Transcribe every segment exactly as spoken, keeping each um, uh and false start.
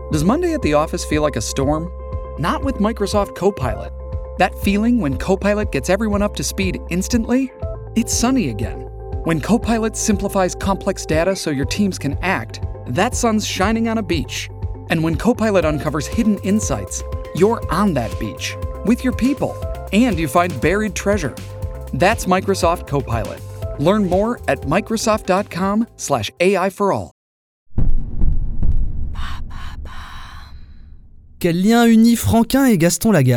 Does Monday at the office feel like a storm? Not with Microsoft Copilot. That feeling when Copilot gets everyone up to speed instantly? It's sunny again. When Copilot simplifies complex data so your teams can act, that sun's shining on a beach. And when Copilot uncovers hidden insights, you're on that beach with your people, and you find buried treasure. That's Microsoft Copilot. Learn more at microsoft.com slash AI for all. Quel lien unit Franquin et Gaston Lagaffe ?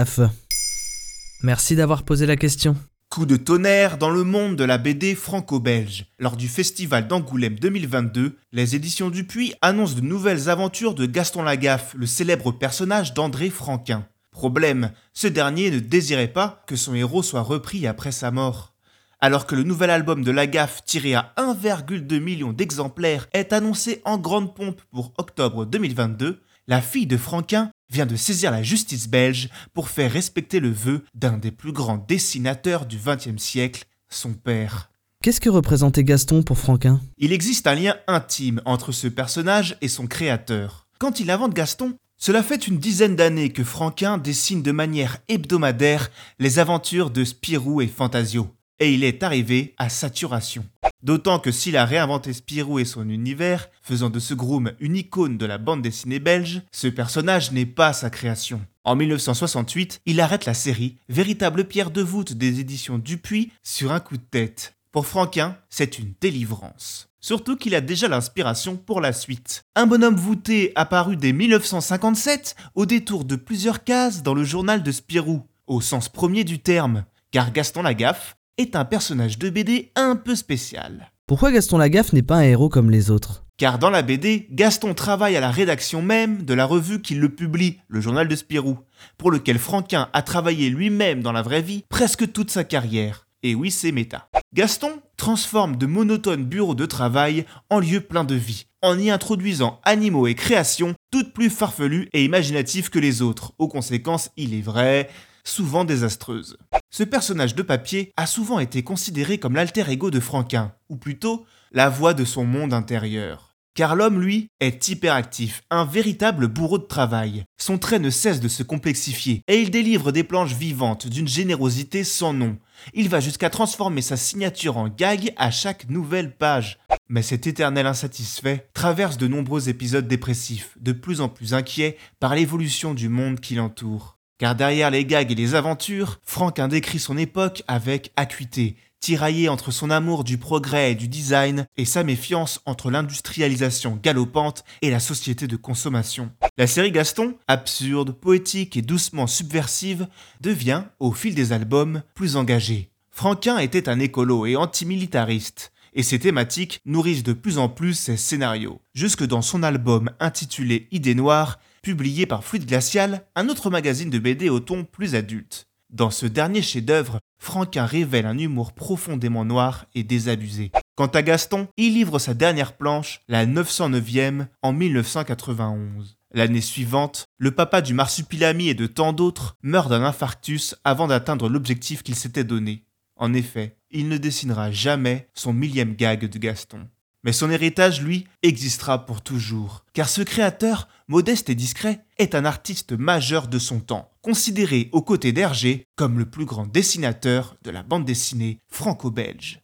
Merci d'avoir posé la question. Coup de tonnerre dans le monde de la B D franco-belge. Lors du festival d'Angoulême deux mille vingt-deux, les éditions Dupuis annoncent de nouvelles aventures de Gaston Lagaffe, le célèbre personnage d'André Franquin. Problème, ce dernier ne désirait pas que son héros soit repris après sa mort. Alors que le nouvel album de Lagaffe, tiré à un virgule deux million d'exemplaires, est annoncé en grande pompe pour octobre deux mille vingt-deux, la fille de Franquin vient de saisir la justice belge pour faire respecter le vœu d'un des plus grands dessinateurs du vingtième siècle, son père. Qu'est-ce que représentait Gaston pour Franquin ? Il existe un lien intime entre ce personnage et son créateur. Quand il invente Gaston, cela fait une dizaine d'années que Franquin dessine de manière hebdomadaire les aventures de Spirou et Fantasio. Et il est arrivé à saturation. D'autant que s'il a réinventé Spirou et son univers, faisant de ce groom une icône de la bande dessinée belge, ce personnage n'est pas sa création. En dix-neuf cent soixante-huit, il arrête la série, véritable pierre de voûte des éditions Dupuis, sur un coup de tête. Pour Franquin, c'est une délivrance. Surtout qu'il a déjà l'inspiration pour la suite. Un bonhomme voûté apparu dès dix-neuf cent cinquante-sept au détour de plusieurs cases dans le journal de Spirou, au sens premier du terme, car Gaston Lagaffe est un personnage de B D un peu spécial. Pourquoi Gaston Lagaffe n'est pas un héros comme les autres ? Car dans la B D, Gaston travaille à la rédaction même de la revue qui le publie, le journal de Spirou, pour lequel Franquin a travaillé lui-même dans la vraie vie presque toute sa carrière. Et oui, c'est méta. Gaston transforme de monotones bureaux de travail en lieux pleins de vie, en y introduisant animaux et créations toutes plus farfelues et imaginatives que les autres, aux conséquences, il est vrai, souvent désastreuses. Ce personnage de papier a souvent été considéré comme l'alter ego de Franquin, ou plutôt la voix de son monde intérieur. Car l'homme, lui, est hyperactif, un véritable bourreau de travail. Son trait ne cesse de se complexifier, et il délivre des planches vivantes d'une générosité sans nom. Il va jusqu'à transformer sa signature en gag à chaque nouvelle page. Mais cet éternel insatisfait traverse de nombreux épisodes dépressifs, de plus en plus inquiet par l'évolution du monde qui l'entoure. Car derrière les gags et les aventures, Franquin décrit son époque avec acuité, tiraillé entre son amour du progrès et du design et sa méfiance entre l'industrialisation galopante et la société de consommation. La série Gaston, absurde, poétique et doucement subversive, devient, au fil des albums, plus engagée. Franquin était un écolo et antimilitariste, et ses thématiques nourrissent de plus en plus ses scénarios. Jusque dans son album intitulé Idées noires, publié par Fluide Glacial, un autre magazine de B D au ton plus adulte. Dans ce dernier chef-d'œuvre, Franquin révèle un humour profondément noir et désabusé. Quant à Gaston, il livre sa dernière planche, la neuf cent neuvième, en dix-neuf cent quatre-vingt-onze. L'année suivante, le papa du marsupilami et de tant d'autres meurt d'un infarctus avant d'atteindre l'objectif qu'il s'était donné. En effet, il ne dessinera jamais son millième gag de Gaston. Mais son héritage, lui, existera pour toujours. Car ce créateur, modeste et discret, est un artiste majeur de son temps, considéré aux côtés d'Hergé comme le plus grand dessinateur de la bande dessinée franco-belge.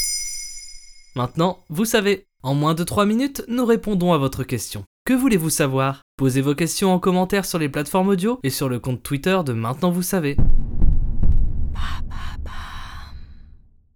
Maintenant, vous savez, en moins de trois minutes, nous répondons à votre question. Que voulez-vous savoir ? Posez vos questions en commentaire sur les plateformes audio et sur le compte Twitter de Maintenant Vous Savez.